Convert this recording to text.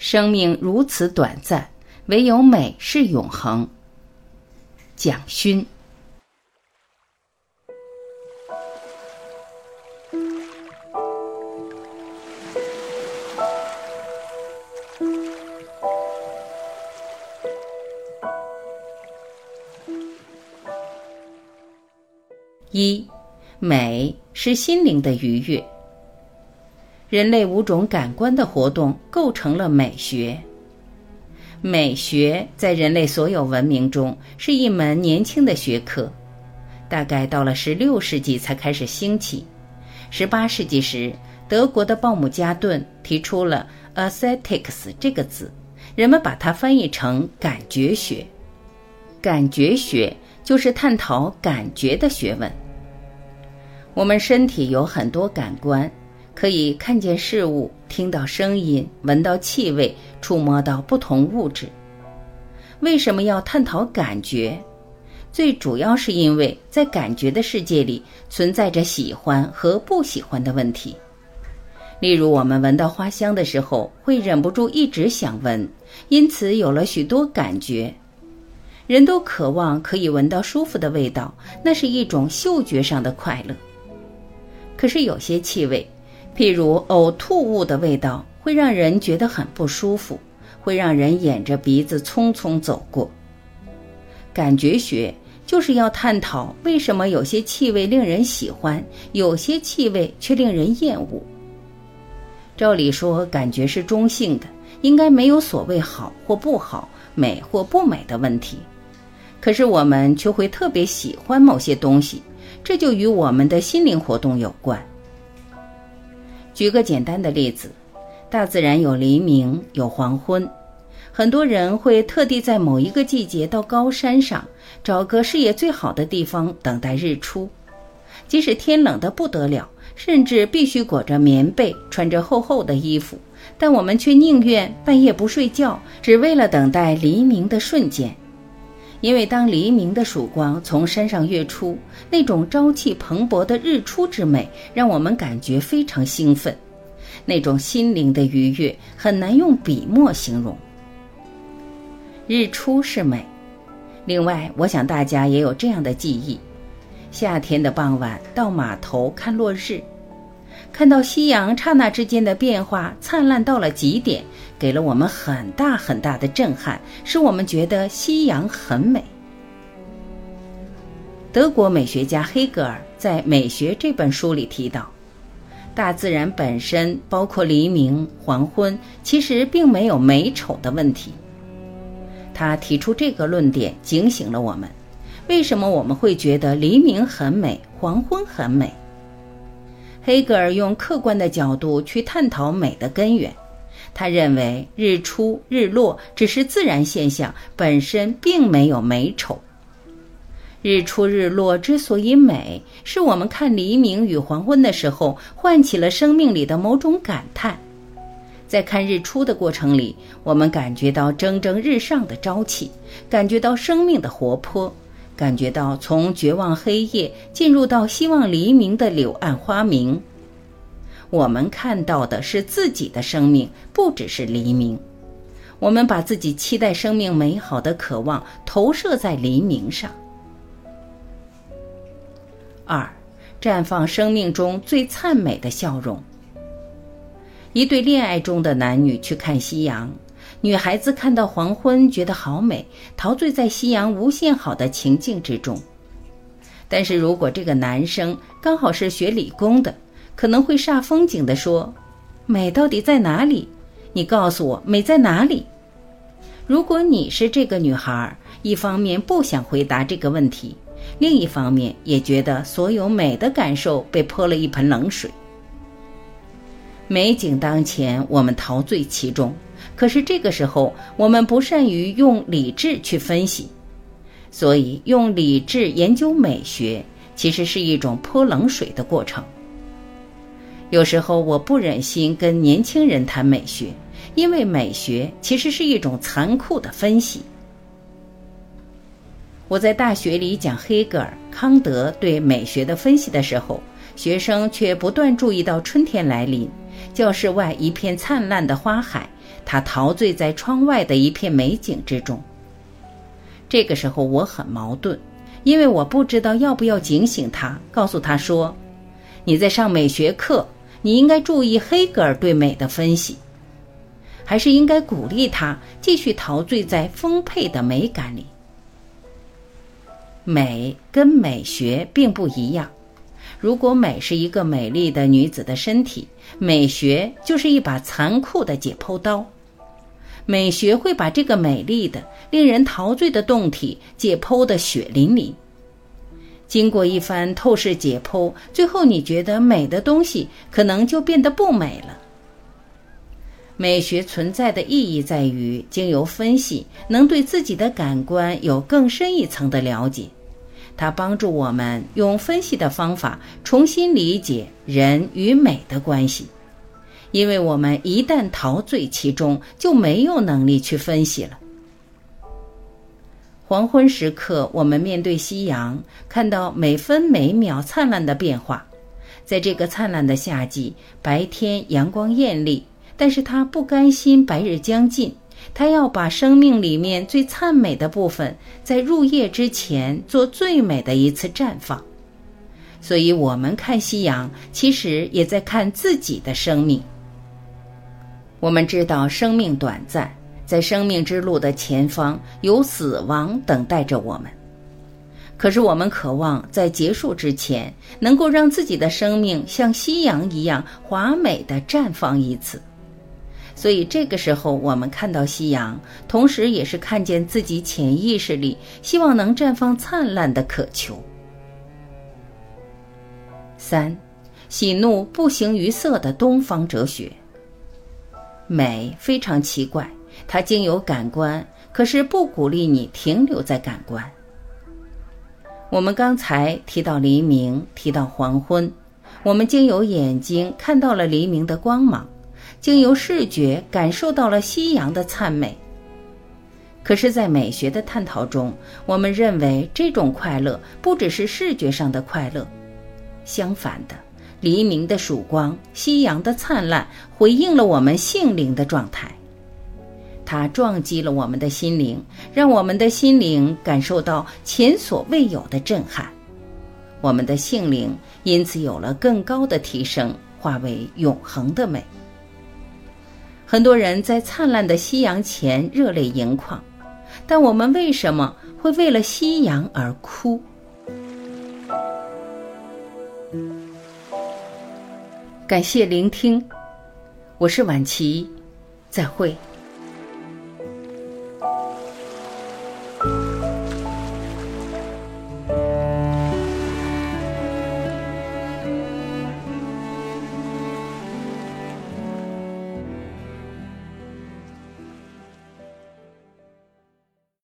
生命如此短暂，唯有美是永恒。蒋勋。一，美是心灵的愉悦。人类5种感官的活动构成了美学。美学在人类所有文明中是一门年轻的学科，大概到了16世纪才开始兴起。18世纪时，德国的鲍姆加顿提出了 aesthetics 这个字，人们把它翻译成感觉学。感觉学就是探讨感觉的学问。我们身体有很多感官，可以看见事物，听到声音，闻到气味，触摸到不同物质。为什么要探讨感觉？最主要是因为在感觉的世界里存在着喜欢和不喜欢的问题。例如，我们闻到花香的时候会忍不住一直想闻，因此有了许多感觉。人都渴望可以闻到舒服的味道，那是一种嗅觉上的快乐。可是有些气味，譬如呕吐物的味道，会让人觉得很不舒服，会让人掩着鼻子匆匆走过。感觉学就是要探讨为什么有些气味令人喜欢，有些气味却令人厌恶。照理说，感觉是中性的，应该没有所谓好或不好，美或不美的问题。可是我们却会特别喜欢某些东西，这就与我们的心灵活动有关。举个简单的例子，大自然有黎明，有黄昏。很多人会特地在某一个季节到高山上，找个视野最好的地方等待日出。即使天冷得不得了，甚至必须裹着棉被，穿着厚厚的衣服，但我们却宁愿半夜不睡觉，只为了等待黎明的瞬间。因为当黎明的曙光从山上跃出，那种朝气蓬勃的日出之美让我们感觉非常兴奋，那种心灵的愉悦很难用笔墨形容。日出是美。另外，我想大家也有这样的记忆，夏天的傍晚到码头看落日，看到夕阳刹那之间的变化灿烂到了极点，给了我们很大很大的震撼，使我们觉得夕阳很美。德国美学家黑格尔在《美学》这本书里提到，大自然本身，包括黎明、黄昏，其实并没有美丑的问题。他提出这个论点，警醒了我们，为什么我们会觉得黎明很美，黄昏很美？黑格尔用客观的角度去探讨美的根源。他认为日出日落只是自然现象，本身并没有美丑。日出日落之所以美，是我们看黎明与黄昏的时候唤起了生命里的某种感叹。在看日出的过程里，我们感觉到蒸蒸日上的朝气，感觉到生命的活泼，感觉到从绝望黑夜进入到希望黎明的柳暗花明。我们看到的是自己的生命，不只是黎明。我们把自己期待生命美好的渴望投射在黎明上。2. 绽放生命中最灿美的笑容。一对恋爱中的男女去看夕阳，女孩子看到黄昏觉得好美，陶醉在夕阳无限好的情境之中。但是如果这个男生刚好是学理工的，可能会煞风景地说，美到底在哪里？你告诉我美在哪里？如果你是这个女孩，一方面不想回答这个问题，另一方面也觉得所有美的感受被泼了一盆冷水。美景当前，我们陶醉其中，可是这个时候我们不善于用理智去分析，所以用理智研究美学其实是一种泼冷水的过程。有时候我不忍心跟年轻人谈美学，因为美学其实是一种残酷的分析。我在大学里讲黑格尔、康德对美学的分析的时候，学生却不断注意到春天来临， 教室外一片灿烂的花海，他陶醉在窗外的一片美景之中。这个时候我很矛盾，因为我不知道要不要警醒他，告诉他说，你在上美学课，你应该注意黑格尔对美的分析，还是应该鼓励他继续陶醉在丰沛的美感里。美跟美学并不一样，如果美是一个美丽的女子的身体，美学就是一把残酷的解剖刀。美学会把这个美丽的、令人陶醉的胴体解剖得血淋淋。经过一番透视解剖，最后你觉得美的东西可能就变得不美了。美学存在的意义在于经由分析，能对自己的感官有更深一层的了解。它帮助我们用分析的方法重新理解人与美的关系，因为我们一旦陶醉其中，就没有能力去分析了。黄昏时刻，我们面对夕阳，看到每分每秒灿烂的变化。在这个灿烂的夏季，白天阳光艳丽，但是他不甘心白日将近，他要把生命里面最灿美的部分在入夜之前做最美的一次绽放。所以我们看夕阳，其实也在看自己的生命。我们知道生命短暂，在生命之路的前方有死亡等待着我们，可是我们渴望在结束之前能够让自己的生命像夕阳一样华美地绽放一次。所以这个时候我们看到夕阳，同时也是看见自己潜意识里希望能绽放灿烂的渴求。3. 喜怒不形于色的东方哲学。美非常奇怪，它经由感官，可是不鼓励你停留在感官。我们刚才提到黎明，提到黄昏，我们经由眼睛看到了黎明的光芒，经由视觉感受到了夕阳的灿美。可是在美学的探讨中，我们认为这种快乐不只是视觉上的快乐，相反的，黎明的曙光，夕阳的灿烂，回应了我们性灵的状态。它撞击了我们的心灵，让我们的心灵感受到前所未有的震撼。我们的性灵因此有了更高的提升，化为永恒的美。很多人在灿烂的夕阳前热泪盈眶，但我们为什么会为了夕阳而哭？感谢聆听，我是婉琪，再会。